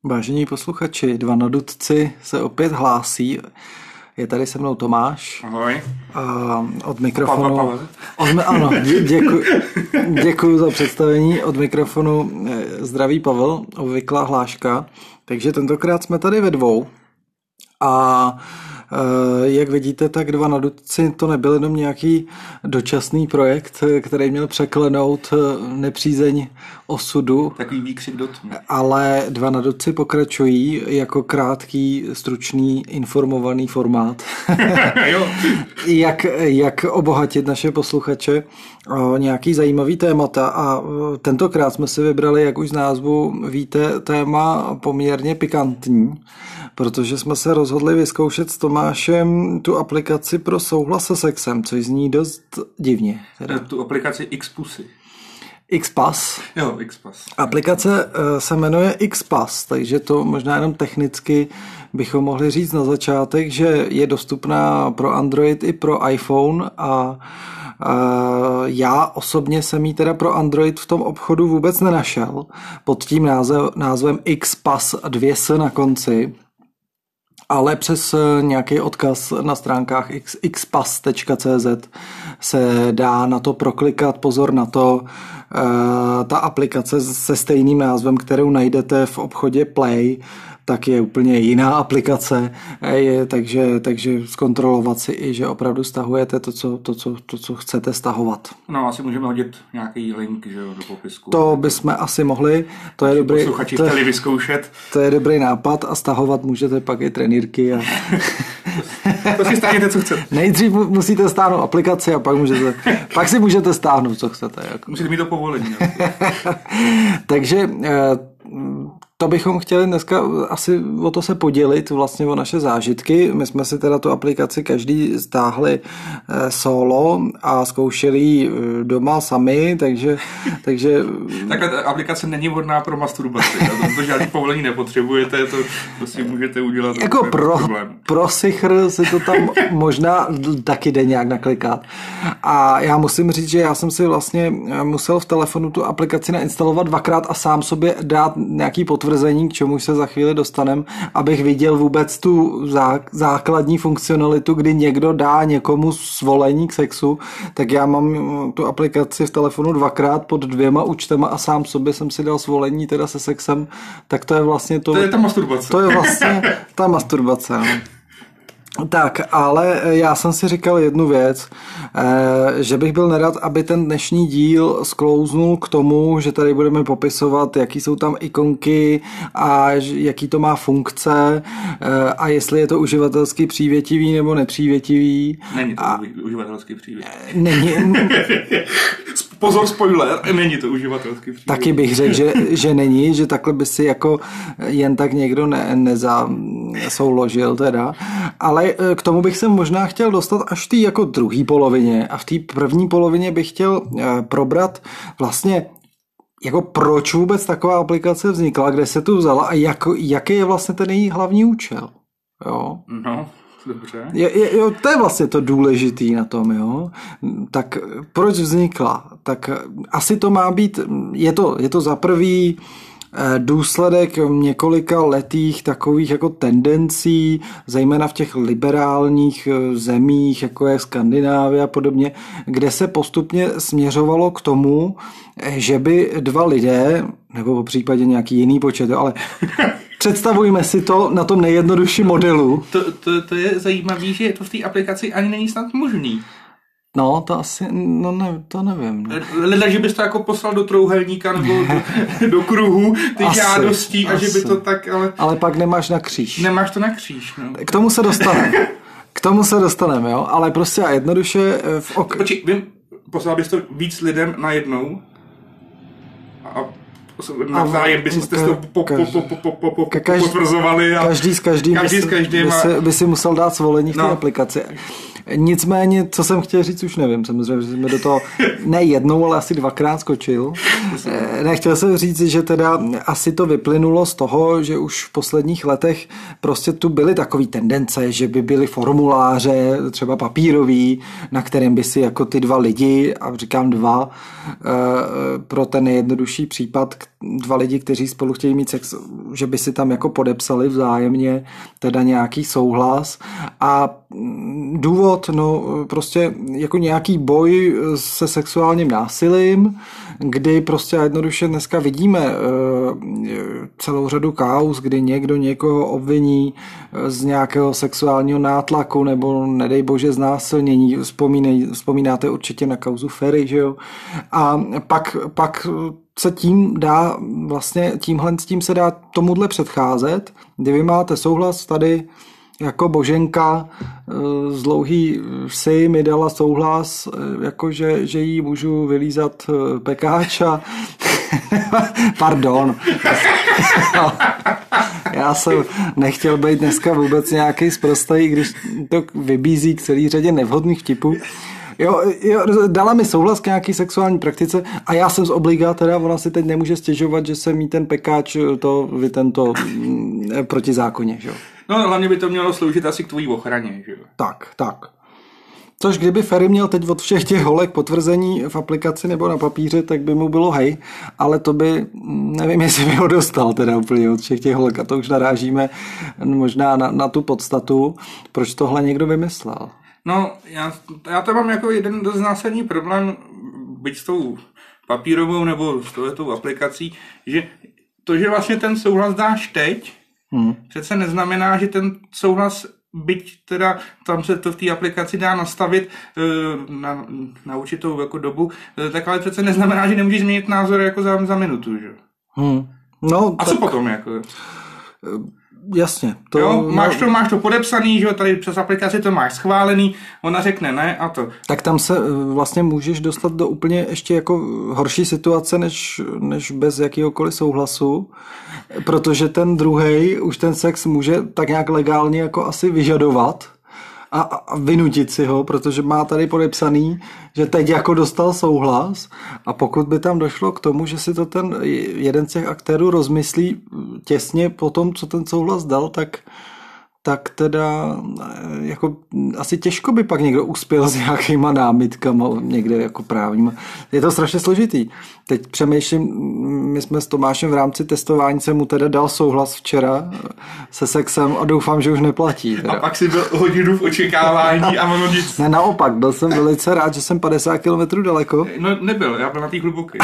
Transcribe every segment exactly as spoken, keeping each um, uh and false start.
Vážení posluchači, dva nadutci se opět hlásí. Je tady se mnou Tomáš. Ahoj. A od mikrofonu... Pa, pa, pa. Od, ano, děkuji, děkuji za představení. Od mikrofonu zdraví Pavel, obvyklá hláška. Takže tentokrát jsme tady ve dvou. A jak vidíte, tak dva nadutci to nebyl jenom nějaký dočasný projekt, který měl překlenout nepřízeň osudu. Takový výkřik do tmy. Ale dva nadutci pokračují jako krátký, stručný, informovaný formát. jak, jak obohatit naše posluchače o nějaký zajímavý témata. A tentokrát jsme si vybrali, jak už z názvu víte, téma poměrně pikantní, protože jsme se rozhodli vyzkoušet s Tomášem tu aplikaci pro souhlas se sexem, což zní dost divně. Teda. Tu aplikaci Xpusy. Xpass. Jo, Xpass. Aplikace se jmenuje Xpass, takže to možná jenom technicky bychom mohli říct na začátek, že je dostupná pro Android i pro iPhone a já osobně jsem ji teda pro Android v tom obchodu vůbec nenašel pod tím název, názvem Xpass dvě S na konci, ale přes nějaký odkaz na stránkách xpass tečka cz se dá na to proklikat. Pozor na to, ta aplikace se stejným názvem, kterou najdete v obchodě Play, tak je úplně jiná aplikace, je, takže, takže zkontrolovat si i, že opravdu stahujete to, co, to, co, to, co chcete stahovat. No, asi můžeme hodit nějaký link, že jo, do popisku. To bychom asi mohli, to je dobrý. Posluchači to, chtěli vyzkoušet. To je dobrý nápad a stahovat můžete pak i trenýrky. A... to si stáhněte, co chcete. Nejdřív musíte stáhnout aplikaci a pak, můžete, pak si můžete stáhnout, co chcete. Jako. Musíte mít to povolení. Takže... To bychom chtěli dneska asi o to se podělit, vlastně o naše zážitky. My jsme si teda tu aplikaci každý stáhli solo a zkoušeli ji doma sami, takže... takže... Takhle ta aplikace není vhodná pro masturbaci, to žádný povolení nepotřebujete, to, to si můžete udělat. Jako pro, pro sichr si to tam možná taky jde nějak naklikat. A já musím říct, že já jsem si vlastně musel v telefonu tu aplikaci nainstalovat dvakrát a sám sobě dát nějaký potvrzení, k čemu se za chvíli dostanem, abych viděl vůbec tu základní funkcionalitu, kdy někdo dá někomu svolení k sexu, tak já mám tu aplikaci v telefonu dvakrát pod dvěma účtama a sám sobě jsem si dal svolení teda se sexem, tak to je vlastně to... To je ta masturbace. To je vlastně ta masturbace, no. Tak, ale já jsem si říkal jednu věc, že bych byl nerad, aby ten dnešní díl sklouznul k tomu, že tady budeme popisovat, jaký jsou tam ikonky a jaký to má funkce a jestli je to uživatelsky přívětivý nebo nepřívětivý. Není to a... uživatelsky přívětivý. Není. Pozor, spoiler, není to uživatelsky přívětivý. Taky bych řekl, že, že není, že takhle by si jako jen tak někdo ne, nezasouložil teda, ale k tomu bych se možná chtěl dostat až v té jako druhé polovině a v té první polovině bych chtěl probrat vlastně jako proč vůbec taková aplikace vznikla, kde se tu vzala a jak, jaký je vlastně ten její hlavní účel. Jo? No, dobře. Je, je, jo, to je vlastně to důležitý na tom, jo. Tak proč vznikla? Tak asi to má být, je to, je to za prvý důsledek několika letých takových jako tendencí, zejména v těch liberálních zemích, jako je Skandinávie a podobně, kde se postupně směřovalo k tomu, že by dva lidé, nebo v případě nějaký jiný počet, ale představujme si to na tom nejjednodušším modelu. To, to, to je zajímavé, že to v té aplikaci ani není snad možný. No, to asi, no ne, to nevím. No. Leda, že bys to jako poslal do trouhelníka nebo do, do kruhu ty asi, žádostí a asi. Že by to tak, ale... Ale pak nemáš na kříž. Nemáš to na kříž, no. K tomu se dostaneme. K tomu se dostaneme, jo, ale prostě a jednoduše v ok... Počkej, vím, poslal bys to víc lidem najednou a navzájem by si to potvrzovali a každý s každým každý s každým by, si, by si musel dát svolení v té no. aplikaci. Nicméně, co jsem chtěl říct, už nevím. Samozřejmě, že jsme do toho ne jednou, ale asi dvakrát skočil. Nechtěl jsem říct, že teda asi to vyplynulo z toho, že už v posledních letech prostě tu byly takové tendence, že by byly formuláře, třeba papírový, na kterém by si jako ty dva lidi, a říkám dva, pro ten nejjednodušší případ, dva lidi, kteří spolu chtějí mít sex, že by si tam jako podepsali vzájemně teda nějaký souhlas a důvod, no prostě jako nějaký boj se sexuálním násilím, kdy prostě jednoduše dneska vidíme celou řadu kauz, kdy někdo někoho obviní z nějakého sexuálního nátlaku nebo nedej bože znásilnění. Vzpomínej, vzpomínáte určitě na kauzu Ferry, že jo? A pak, pak se tím dá, vlastně tímhle s tím se dá tomuhle předcházet, kdy vy máte souhlas tady jako Boženka z Dlouhý vsi mi dala souhlas, jako že, že jí můžu vylízat pekáč a pardon. Já jsem nechtěl být dneska vůbec nějaký sprostej, když to vybízí k celý řadě nevhodných vtipů. Jo, jo, dala mi souhlas k nějaký sexuální praktice a já jsem z obliga, teda ona si teď nemůže stěžovat, že jsem jí ten pekáč to, vy tento proti zákoně, že jo. No hlavně by to mělo sloužit asi k tvojí ochraně, že jo. Tak, tak. Což kdyby Ferry měl teď od všech těch holek potvrzení v aplikaci nebo na papíře, tak by mu bylo hej, ale to by, nevím, jestli by ho dostal teda úplně od všech těch holek a to už narážíme možná na, na tu podstatu, proč tohle někdo vymyslel. No, já, já to mám jako jeden dost zásadní problém, byť s tou papírovou nebo s touhletou aplikací, že to, že vlastně ten souhlas dáš teď, hmm. přece neznamená, že ten souhlas, byť teda tam se to v té aplikaci dá nastavit na, na určitou jako dobu, tak ale přece neznamená, že nemůžeš změnit názor jako za, za minutu, že? Hmm. No, a tak... co potom jako? Jasně. To... Jo, máš, to, máš to podepsaný, že jo, tady přes aplikaci to máš schválený, ona řekne ne a to. Tak tam se vlastně můžeš dostat do úplně ještě jako horší situace, než, než bez jakýhokoliv souhlasu, protože ten druhej už ten sex může tak nějak legálně jako asi vyžadovat a, a vynutit si ho, protože má tady podepsaný, že teď jako dostal souhlas a pokud by tam došlo k tomu, že si to ten jeden z těch aktérů rozmyslí těsně po tom, co ten souhlas dal, tak tak teda jako asi těžko by pak někdo uspěl s nějakýma námitkama někde jako právníma. Je to strašně složitý. Teď přemýšlím, my jsme s Tomášem v rámci testování se mu teda dal souhlas včera se sexem a doufám, že už neplatí. Teda. A pak si byl hodinu v očekávání a ono nic. Ne, naopak, byl jsem velice rád, že jsem padesát kilometrů daleko. No nebyl, já byl na té hluboké.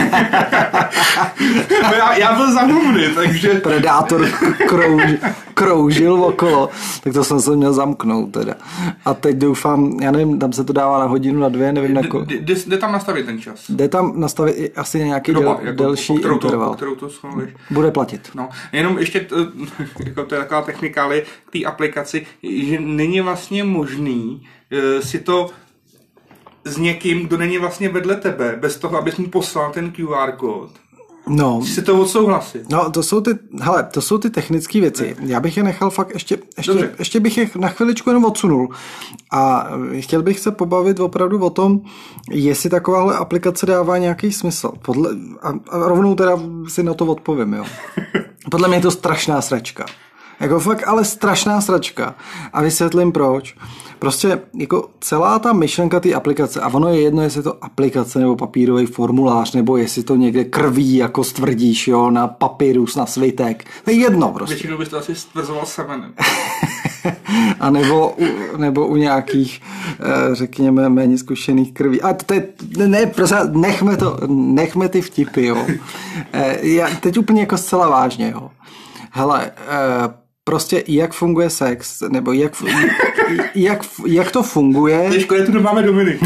já, já byl za humny, takže... Predátor krouž, kroužil okolo, tak to jsem se měl zamknout teda. A teď doufám, já nevím, tam se to dává na hodinu, na dvě, nevím na ko... Jde, jde tam nastavit ten čas. Jde tam nastavit i asi nějaký Doba, del, jako, delší po kterou interval. To, po kterou to schválíš. Bude platit. No, jenom ještě, to, jako to je taková technikálie k té aplikaci, že není vlastně možný uh, si to s někým, kdo není vlastně vedle tebe, bez toho, abys mu poslal ten Q R kód. No, si to odsouhlasit. No, to jsou ty, hele, to jsou ty technické věci. Já bych je nechal fakt ještě, ještě, ještě bych je na chviličku jenom odsunul. A chtěl bych se pobavit opravdu o tom, jestli takováhle aplikace dává nějaký smysl. Podle, a, a rovnou teda si na to odpovím, jo. Podle mě je to strašná sračka. Jako fakt, ale strašná sračka. A vysvětlím proč. Prostě jako celá ta myšlenka té aplikace, a ono je jedno, jestli je to aplikace nebo papírový formulář, nebo jestli to někde krví jako stvrdíš, jo, na papírus, na svitek. To je jedno prostě. Většinou bys to asi stvrzoval semenem. A nebo u, nebo u nějakých, řekněme, méně zkušených krví. A to je, ne, prostě nechme to, nechme ty vtipy, jo. Já teď úplně jako zcela vážně, jo. Hele, prostě jak funguje sex, nebo jak, jak, jak to funguje... Je škoda, tu nemáme Dominik.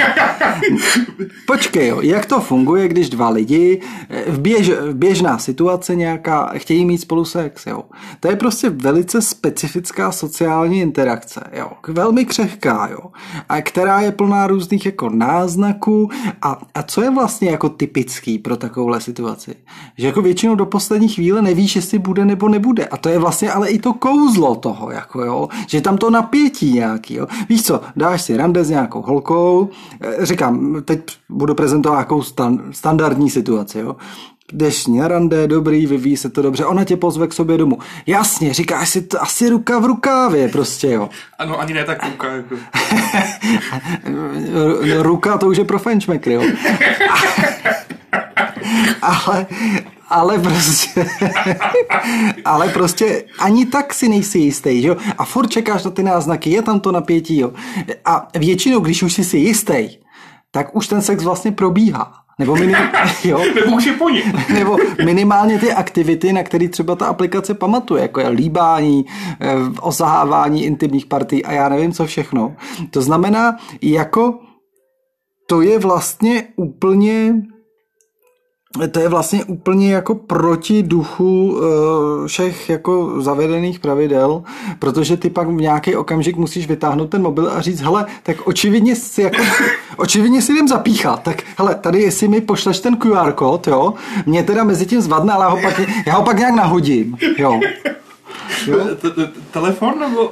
Počkej, jo, jak to funguje, když dva lidi v, běž, v běžná situace nějaká chtějí mít spolu sex, jo. To je prostě velice specifická sociální interakce, jo. Velmi křehká, jo. A která je plná různých jako náznaků a, a co je vlastně jako typický pro takovouhle situaci? Že jako většinou do poslední chvíle nevíš, jestli bude nebo nebude. A to je vlastně ale i to kouzlo toho, jako jo, že tam to napětí nějaký, jo. Víš co, dáš si rande s nějakou holkou, říkám, teď budu prezentovat nějakou stan, standardní situaci, jo. Jdeš na rande, dobrý, vyvíjí se to dobře, ona tě pozve k sobě domů. Jasně, říkáš si to asi ruka v rukávě, prostě, jo. Ano, ani ne tak ruka, jako. Ruka, to už je pro fenchmaker, jo. ale, ale prostě, ale prostě ani tak si nejsi jistý, že jo? A furt čekáš na ty náznaky, je tam to napětí, jo? A většinou, když už jsi si jistý, tak už ten sex vlastně probíhá. Nebo, minim, jo? Nebo už je po něm. Nebo minimálně ty aktivity, na které třeba ta aplikace pamatuje, jako je líbání, osahávání intimních partí a já nevím co všechno. To znamená, jako to je vlastně úplně to je vlastně úplně jako proti duchu uh, všech jako zavedených pravidel, protože ty pak v nějaký okamžik musíš vytáhnout ten mobil a říct, hele, tak očividně si jako, očividně si jdem zapíchat, tak hele, tady jestli mi pošleš ten Q R kód, jo, mě teda mezi tím zvadne, ale já ho pak, já ho pak nějak nahodím, jo. jo? Telefon nebo...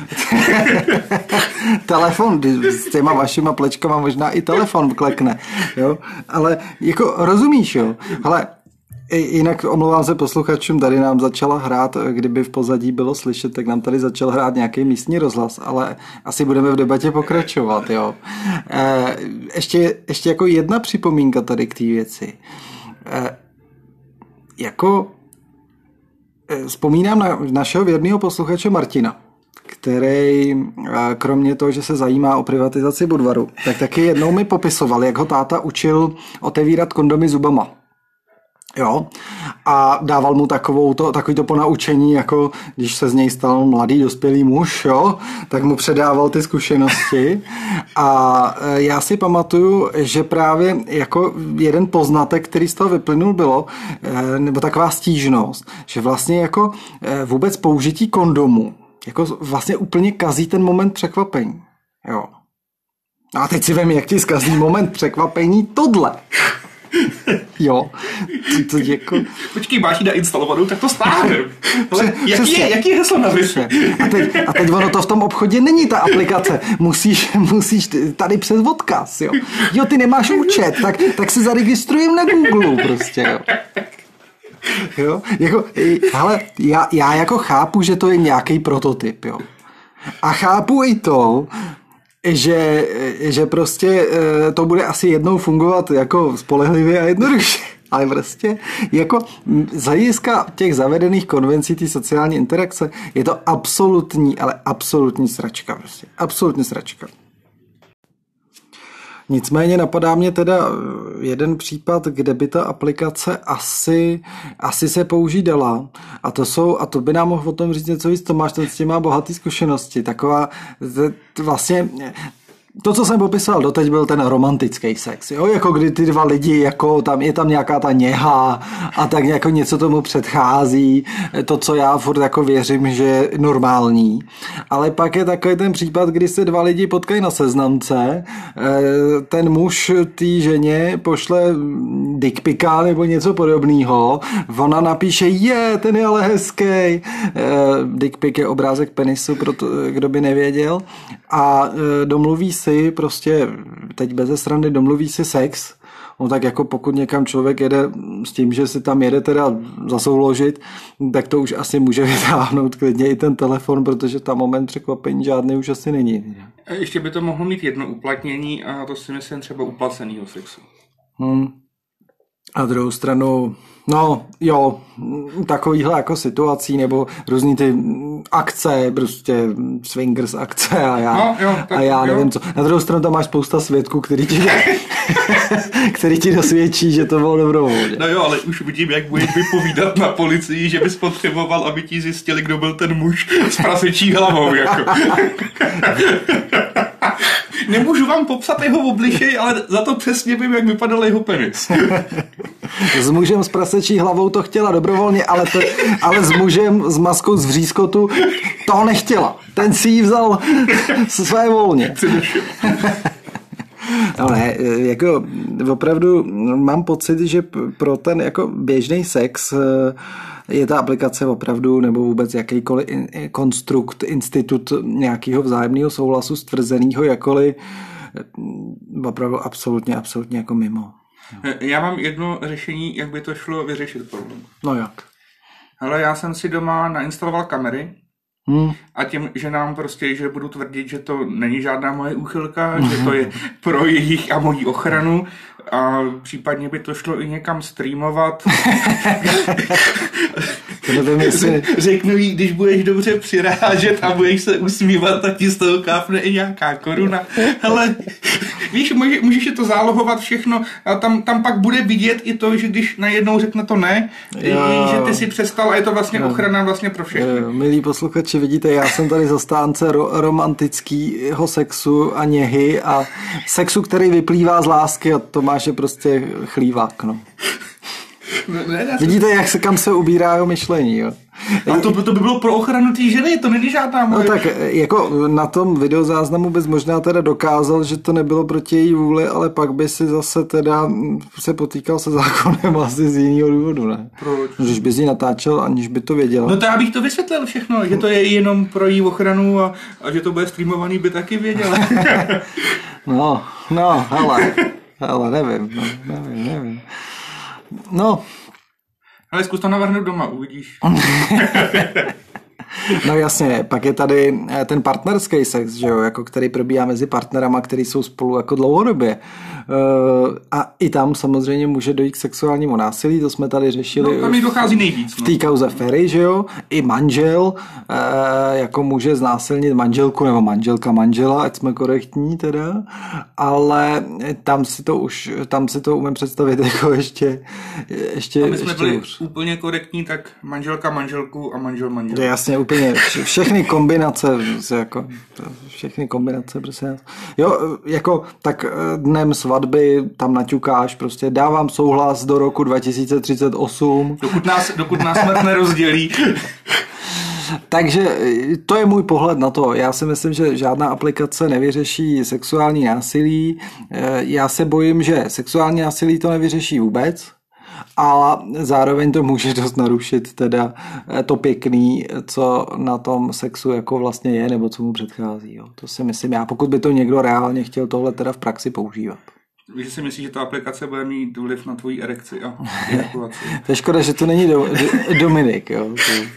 Telefon, s těma vašima plečkama možná i telefon klekne, jo, ale jako rozumíš, jo, ale jinak omlouvám se posluchačům, tady nám začala hrát, kdyby v pozadí bylo slyšet, tak nám tady začal hrát nějaký místní rozhlas, ale asi budeme v debatě pokračovat, jo. E, ještě, ještě jako jedna připomínka tady k té věci. E, jako e, vzpomínám na našeho věrného posluchače Martina, který kromě toho, že se zajímá o privatizaci Budvaru, tak taky jednou mi popisoval, jak ho táta učil otevírat kondomy zubama. Jo? A dával mu takovou to, takový to ponaučení, jako když se z něj stal mladý dospělý muž, jo? Tak mu předával ty zkušenosti. A já si pamatuju, že právě jako jeden poznatek, který z toho vyplynul, bylo, nebo taková stížnost, že vlastně jako vůbec použití kondomu jako vlastně úplně kazí ten moment překvapení. Jo. A teď si vem, jak ti zkazí moment překvapení tohle. Jo. To, to jako... Počkej, máš ji nainstalovanou, tak to stáhne. Ale jaký je, jaký je heslo na Wi-Fi? A teď, a teď ono to v tom obchodě není ta aplikace. Musíš, musíš tady přes odkaz, jo. Jo, ty nemáš účet, tak, tak se zaregistrujem na Google prostě, jo. Jo, jako, hele, já, já jako chápu, že to je nějaký prototyp, jo. A chápu i to, že, že prostě to bude asi jednou fungovat jako spolehlivě a jednoduše. Ale prostě jako z hlediska těch zavedených konvencí té sociální interakce je to absolutní, ale absolutní sračka. Prostě. Absolutní sračka. Nicméně napadá mě teda jeden případ, kde by ta aplikace asi, asi se použít dala. A to jsou, a to by nám mohl o tom říct něco víc, Tomáš, ten s tím má bohatý zkušenosti. Taková vlastně... To, co jsem popisoval doteď, byl ten romantický sex, jo, jako kdy ty dva lidi, jako tam je tam nějaká ta něha a tak jako něco tomu předchází, to, co já furt jako věřím, že je normální. Ale pak je takový ten případ, kdy se dva lidi potkají na seznamce, ten muž té ženě pošle dickpika nebo něco podobného, ona napíše, je, ten je ale hezký. Dickpik je obrázek penisu, pro to, kdo by nevěděl, a domluví si prostě, teď beze srandy, domluví si sex. No tak jako pokud někam člověk jede s tím, že si tam jede teda zasouložit, tak to už asi může vytáhnout klidně i ten telefon, protože tam moment překvapení žádný už asi není. A ještě by to mohlo mít jedno uplatnění a to si myslím třeba uplacenýho sexu. Hmm. A druhou stranu, no jo, takovýhle jako situací nebo různý ty akce, prostě swingers akce a já, no, jo, a já nevím jo. co. Na druhou stranu tam máš spousta svědků, který ti, který ti dosvědčí, že to bylo dobrovolně. No jo, ale už vidím, jak budeš vypovídat na policii, že bys potřeboval, aby ti zjistili, kdo byl ten muž s prasečí hlavou. Jako. Nemůžu vám popsat jeho obličej, ale za to přesně vím, jak vypadal jeho penis. S mužem s prasečí hlavou to chtěla dobrovolně, ale, to, ale s mužem s maskou z vřízkotu to nechtěla. Ten si ji vzal své volně. No ne, jako opravdu mám pocit, že pro ten jako běžný sex je ta aplikace opravdu, nebo vůbec jakýkoliv konstrukt, institut nějakého vzájemného souhlasu stvrzenýho, jakkoliv opravdu absolutně, absolutně jako mimo. Já mám jedno řešení, jak by to šlo vyřešit problém. No jak? Hele, já jsem si doma nainstaloval kamery Hmm. A těm ženám prostě, že budu tvrdit, že to není žádná moje úchylka, hmm. že to je pro jejich a moji ochranu a případně by to šlo i někam streamovat. jestli... Řeknu jí, když budeš dobře přirážet a budeš se usmívat, tak ti z toho kápne i nějaká koruna. Hele, víš, může, můžeš to zálohovat všechno a tam, tam pak bude vidět i to, že když najednou řekne to ne, jo. že ty si přestal a je to vlastně jo. ochrana vlastně pro všechny. Jo. Milí posluchači, vidíte, já jsem tady zastánce ro- romantického sexu a něhy a sexu, který vyplývá z lásky a Tomáš je prostě chlívák, no. Ne, ne, vidíte, jak se kam se ubírá myšlení, jo. A to, to by bylo pro ochranu té ženy, to není žádná moje. No tak jako na tom videozáznamu bys možná teda dokázal, že to nebylo proti její vůli, ale pak by si zase teda se potýkal se zákonem asi z jiného důvodu, ne? Proč? Když bys ji natáčel, aniž by to věděla. No to já bych to vysvětlil všechno, že to je jenom pro její ochranu a, a že to bude streamovaný, by taky věděla. no, no, hele, hele, nevím, no, nevím, nevím. No. Ale zkus to navrhnout doma, uvidíš. No jasně, pak je tady ten partnerský sex, že jo, jako který probíhá mezi partnerama, který jsou spolu jako dlouhodobě. A i tam samozřejmě může dojít k sexuálnímu násilí, to jsme tady řešili. No, tam jí dochází nejvíc. No. V té kauze Ferry, že jo, i manžel jako může znásilnit manželku nebo manželka manžela, ať jsme korektní teda, ale tam si to už, tam si to umím představit jako ještě ještě aby jsme ještě byli už. úplně korektní, tak manželka manželku a manžel manžel. Jasně, úplně všechny kombinace, jako, všechny kombinace, prostě. Jo, jako tak dnem svatby tam naťukáš, prostě dávám souhlas do roku dva tisíce třicet osm. Dokud nás, dokud nás smrt nerozdělí. Takže to je můj pohled na to. Já si myslím, že žádná aplikace nevyřeší sexuální násilí. Já se bojím, že sexuální násilí to nevyřeší vůbec. A zároveň to může dost narušit teda to pěkný, co na tom sexu jako vlastně je, nebo co mu předchází. Jo. To si myslím já, pokud by to někdo reálně chtěl tohle teda v praxi používat. Víš, že si myslíš, že ta aplikace bude mít vliv na tvoji erekci a ejakulaci? To je škoda, že to není do, do, Dominik. Jo.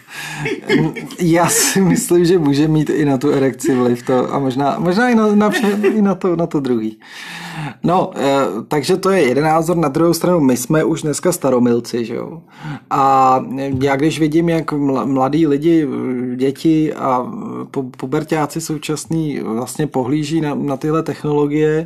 Já si myslím, že může mít i na tu erekci vliv to, a možná, možná i, na, na, i na, to, na to druhý. No, takže to je jeden názor. Na druhou stranu, my jsme už dneska staromilci, že jo. A já když vidím, jak mladí lidi, děti a puberťáci současný vlastně pohlíží na, na tyhle technologie,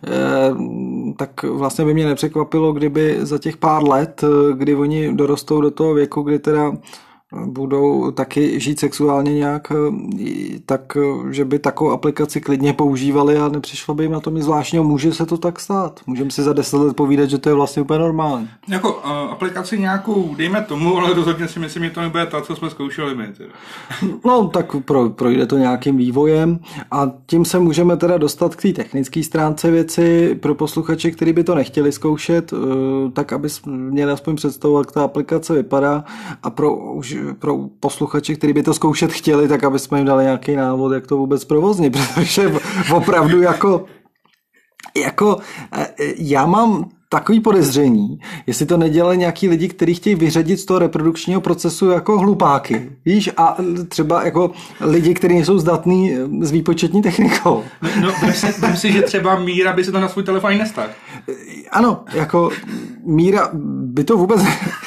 tak vlastně by mě nepřekvapilo, kdyby za těch pár let, kdy oni dorostou do toho věku, kdy teda budou taky žít sexuálně nějak, tak že by takovou aplikaci klidně používali a nepřišlo by jim na to nic zvláštního. Může se to tak stát. Můžeme si za deset let povídat, že to je vlastně úplně normální. Jako uh, aplikaci nějakou, dejme tomu, ale rozhodně si myslím, že to nebude ta, co jsme zkoušeli my. Teda. No, tak pro, projde to nějakým vývojem a tím se můžeme teda dostat k té technické stránce věci pro posluchače, kteří by to nechtěli zkoušet, uh, tak aby měli aspoň představu, jak ta aplikace vypadá a pro už pro posluchače, kteří by to zkoušet chtěli, tak aby jsme jim dali nějaký návod, jak to vůbec provoznit, protože opravdu jako jako já mám takový podezření, jestli to nedělají nějaký lidi, kteří chtějí vyřadit z toho reprodukčního procesu jako hlupáky. Víš? A třeba jako lidi, kteří nejsou zdatní s výpočetní technikou. No, no vem si, že třeba Míra by se to na svůj telefon nestal. Ano, jako Míra by to vůbec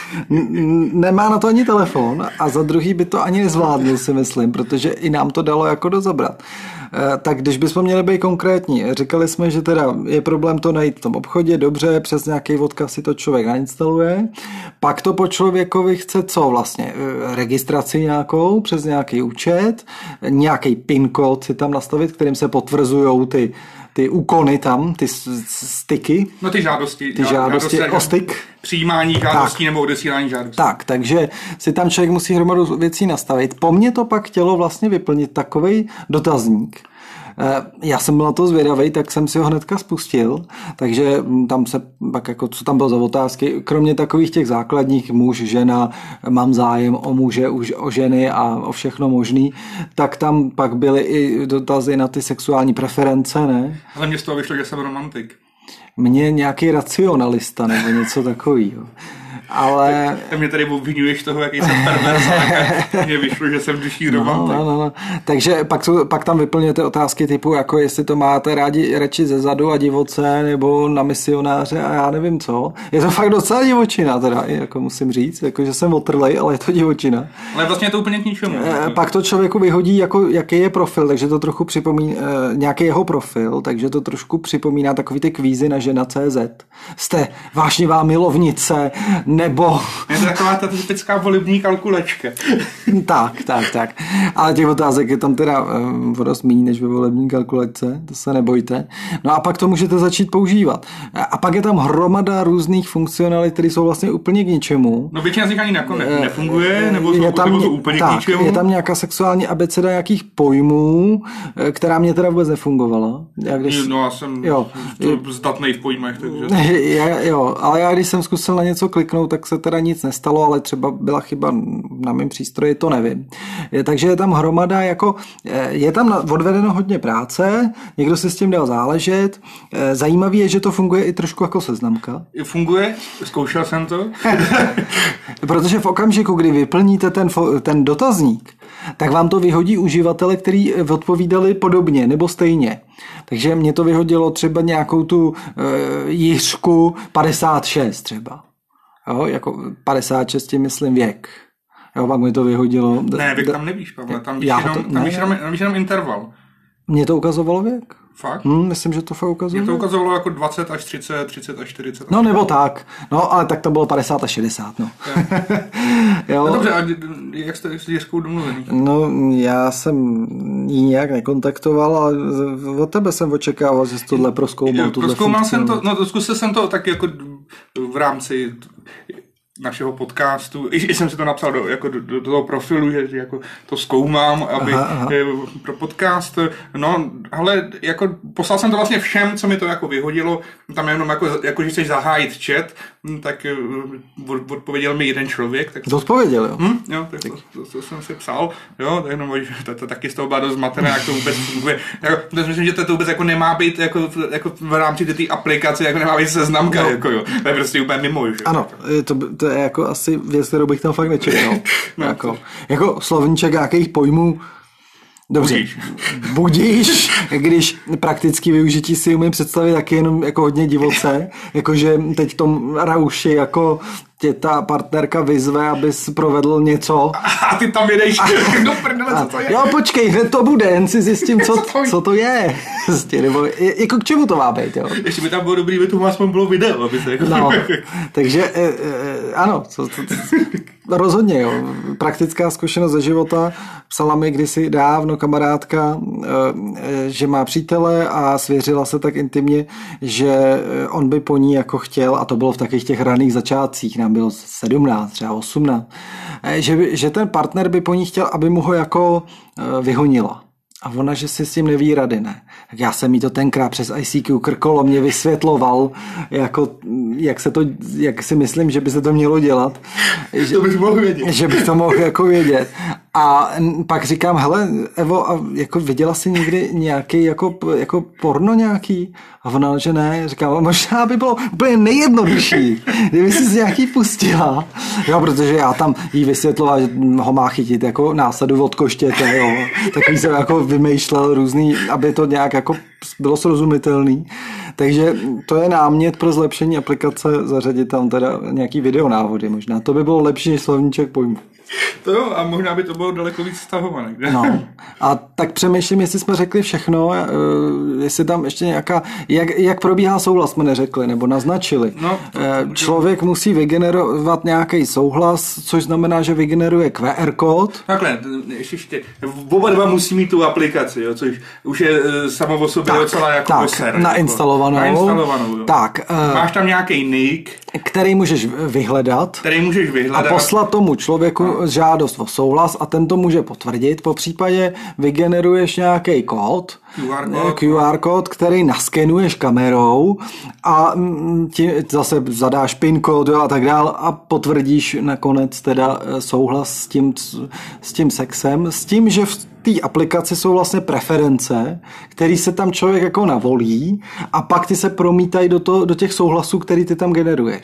nemá na to ani telefon a za druhý by to ani nezvládnul, si myslím, protože i nám to dalo jako dozabrat. Tak když bychom měli být konkrétní, říkali jsme, že teda je problém to najít v tom obchodě, dobře, přes nějaký odkaz si to člověk nainstaluje, pak to po člověkovi chce co vlastně? Registraci nějakou přes nějaký účet, nějaký PIN kód si tam nastavit, kterým se potvrzujou ty ty úkony tam, ty styky. No ty žádosti. Ty žádosti, žádosti o styk. Přijímání žádostí nebo odesílání žádostí. Tak, takže si tam člověk musí hromadu věcí nastavit. Po mně to pak chtělo vlastně vyplnit takovej dotazník. Já jsem byl na to zvědavej, tak jsem si ho hnedka spustil, takže tam se pak jako, co tam bylo za otázky, kromě takových těch základních muž, žena, mám zájem o muže, o ženy a o všechno možný, tak tam pak byly i dotazy na ty sexuální preference, ne? Ale mě z toho vyšlo, že jsem romantik. Mně nějaký racionalista nebo něco takového. ale... Ty mě tady obvinuješ toho, jaký jsem pervers, ale mně vyšlo, že jsem duší romantik. No, no, no. Takže pak, pak tam vyplňujete otázky typu, jako jestli to máte rádi radši ze zadu a divoce, nebo na misionáře a já nevím co. Je to fakt docela divočina teda, jako musím říct, jako, že jsem otrlej, ale je to divočina. Ale vlastně je to úplně k ničemu. E, pak to člověku vyhodí, jako, jaký je profil, takže to trochu připomíná, e, nějaký jeho profil, takže to trošku připomíná takový ty kvízy na žena tečka cé zet. Jste vášnivá milovnice, nebo... Je to taková ta typická volební kalkulačka. tak, tak, tak. Ale těch otázek je tam teda um, dost méně než ve volební kalkulačce, to se nebojte. No a pak to můžete začít používat. A pak je tam hromada různých funkcionalit, které jsou vlastně úplně k ničemu. No většina z nich ani nakonec nefunguje, nebo, jsou, je tam, nebo jsou úplně tak, k ničemu. Je tam nějaká sexuální abeceda nějakých pojmů, která mě teda vůbec nefungovala. Já když... No já jsem jo. zdatnej v pojmech, takže... já, jo, ale já když jsem zkusil na něco kliknout, tak se teda nic nestalo, ale třeba byla chyba na mém přístroji, to nevím. Je, takže je tam hromada, jako je tam odvedeno hodně práce, někdo si s tím dal záležet. Zajímavé je, že to funguje i trošku jako seznamka. Funguje, zkoušel jsem to. Protože v okamžiku, kdy vyplníte ten, ten dotazník, tak vám to vyhodí uživatele, který odpovídali podobně nebo stejně. Takže mě to vyhodilo třeba nějakou tu e, Jiřku padesát šest třeba. Jo, jako padesát šest tím myslím věk. Jo, pak mi to vyhodilo. Ne, věk tam nevíš, Pavle, tam víš jenom, to, tam víš jenom, tam víš jenom interval. Mně to ukazovalo věk. Fakt? Hmm, myslím, že to fakt ukazovalo. Mně to ukazovalo jako dvacet až třicet, třicet až čtyřicet. No nebo tak. No, ale tak to bylo padesát až šedesát, no. Jo. No dobře, a jak jste s Jiřkou domluvený? No, já jsem ji nějak nekontaktoval, ale od tebe jsem očekával, že jsi tohle prozkoumal. Prozkoumal jsem to, no zkusil jsem to tak jako v rámci našeho podcastu, i, i jsem si to napsal do, jako do, do toho profilu, že, že jako to zkoumám, aby aha, aha. pro podcast, no, ale jako poslal jsem to vlastně všem, co mi to jako vyhodilo, tam jenom jako, jako že chceš zahájit chat, tak odpověděl mi jeden člověk. Tak to odpověděl, jo? Hm, jo, tak to, to, to jsem si psal, jo, tak jenom, to, to taky z toho byla dost zmatená, jak to vůbec funguje. Jako, to myslím, že to, to vůbec jako nemá být jako, jako v rámci té aplikace, jako nemá být seznamka, no. Jako jo, to je prostě úplně mimo, že? Ano, to, to je jako asi věc, kterou bych tam fakt nečekal. no, jako, to... jako slovníček nějakých pojmů. Dobře, budíš. budíš, když prakticky využití si umím představit taky jenom jako hodně divoce, jakože teď tom rauši jako tě ta partnerka vyzve, abys provedl něco. A ty tam jedeš, do prdele, co to je? Jo, počkej, hned to bude, jen si zjistím, co, co, co to je. Nebo, jako k čemu to má být, jo? Ještě by tam bylo dobrý, by tu aspoň bylo video, aby se jako... No, takže e, e, ano, co, to, to, rozhodně, jo. Praktická zkušenost ze života. Psala mi kdysi dávno kamarádka, e, že má přítele a svěřila se tak intimně, že on by po ní jako chtěl, a to bylo v takových těch raných začátcích, nám bylo sedmnáct, třeba osmnáct, že, že ten partner by po ní chtěl, aby mu ho jako vyhonila. A ona, že si s tím neví rady, ne. Tak já jsem jí to tenkrát přes I C Q krkolo mě vysvětloval, jako, jak, se to, jak si myslím, že by se to mělo dělat. Že, to bych mohl vědět. Že bych to mohl jako vědět. A pak říkám, hele, Evo, a jako viděla jsi někdy nějaký jako, jako porno nějaký? A ona, že ne. Říkám, možná by bylo úplně nejjednodušší, kdyby jsi nějaký pustila. Jo, protože já tam jí vysvětloval, že ho má chytit jako násadu od koštěte, jo. Takový jsem jako vymýšlel různý, aby to nějak jako bylo srozumitelný. Takže to je námět pro zlepšení aplikace, zařadit tam teda nějaký videonávody možná. To by bylo lepší než slovníček pojmu. To jo, a možná by to bylo daleko víc stahované. No. A tak přemýšlím, jestli jsme řekli všechno, jestli tam ještě nějaká, jak, jak probíhá souhlas, jsme neřekli, nebo naznačili. No, to, to, Člověk to... musí vygenerovat nějaký souhlas, což znamená, že vygeneruje Q R kód. Takhle, ještě, ještě oba dva musí mít tu aplikaci, jo, což už je samo o sobě tak, docela jako tak, ser. nainstalovanou. Jako, nainstalovanou, jo. Tak. Máš tam nějaký nick, který můžeš vyhledat. Který můžeš vyhledat. A poslat tomu člověku no. žádost o souhlas a ten to může potvrdit. Po případě vygeneruješ nějaký kód, Q R kód, Q R kód, který naskenuješ kamerou a ti zase zadáš PIN kód a tak dál a potvrdíš nakonec teda souhlas s tím, s tím sexem, s tím, že v té aplikaci jsou vlastně preference, který se tam člověk jako navolí a pak ty se promítají do, to, do těch souhlasů, který ty tam generuješ.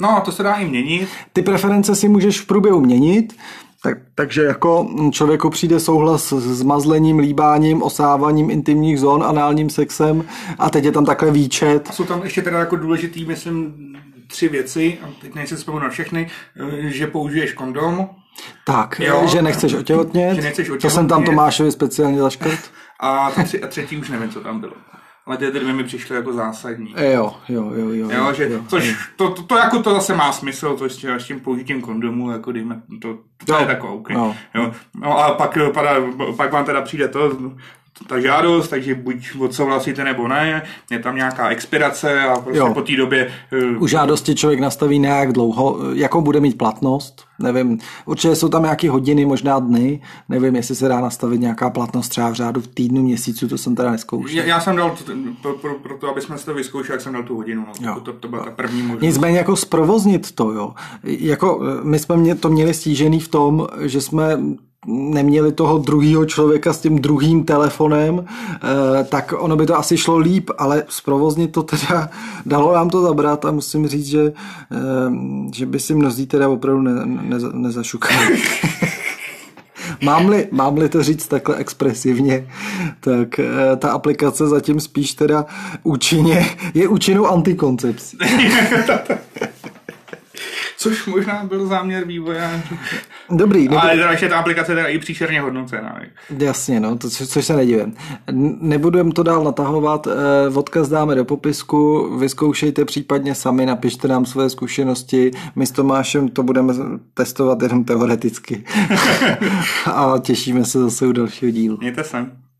No, to se dá i měnit. Ty preference si můžeš v průběhu měnit, tak, takže jako člověku přijde souhlas s mazlením, líbáním, osáváním intimních zón, análním sexem a teď je tam takhle výčet. A jsou tam ještě teda jako důležitý, myslím, tři věci, a teď nejsem vzpomínat na všechny, že použiješ kondom. Tak, jo, že nechceš otěhotnět, že nechceš otěhotnět. To jsem tam Tomášovi speciálně zaškrt. A, tři, a třetí už nevím, co tam bylo. Ale ty dvě mi přišly jako zásadní. Jo, jo, jo, jo. jo, že, jo což jo. To, to, to, jako to zase má smysl, to s tím, s tím použitím kondomu, jako dejme, to, to jo, je takový, okay. jo. Jo. No a pak, padá, pak vám teda přijde to, ta žádost, takže buď odsouhlasíte nebo ne, je tam nějaká expirace a prostě jo. po té době... U žádosti člověk nastaví nějak dlouho, jakou bude mít platnost, nevím, určitě jsou tam nějaké hodiny, možná dny, nevím, jestli se dá nastavit nějaká platnost třeba v řádu v týdnu, měsíců, to jsem teda neskoušel. Já, já jsem dal, pro, pro, pro to, aby jsme se to vyzkoušeli, jak jsem dal tu hodinu, no, to, to, to byla ta první možnost. Nicméně jako zprovoznit to, jo, jako my jsme mě, to měli stížený v tom, že jsme neměli toho druhého člověka s tím druhým telefonem, eh, tak ono by to asi šlo líp, ale zprovoznit to teda, dalo nám to zabrat a musím říct, že, eh, že by si mnozí teda opravdu ne, ne, nezašukali. Mám-li, mám-li to říct takhle expresivně, tak eh, ta aplikace zatím spíš teda účinně, je účinnou antikoncepcí. Což možná byl záměr vývoje. Dobrý. Nebudu... Ale ještě ta aplikace teda i příšerně hodnocená. Jasně, no, to, co, což se nedivím. Nebudeme to dál natahovat, odkaz dáme do popisku, vyzkoušejte případně sami, napište nám svoje zkušenosti, my s Tomášem to budeme testovat jenom teoreticky. A těšíme se zase u dalšího dílu. Mějte se.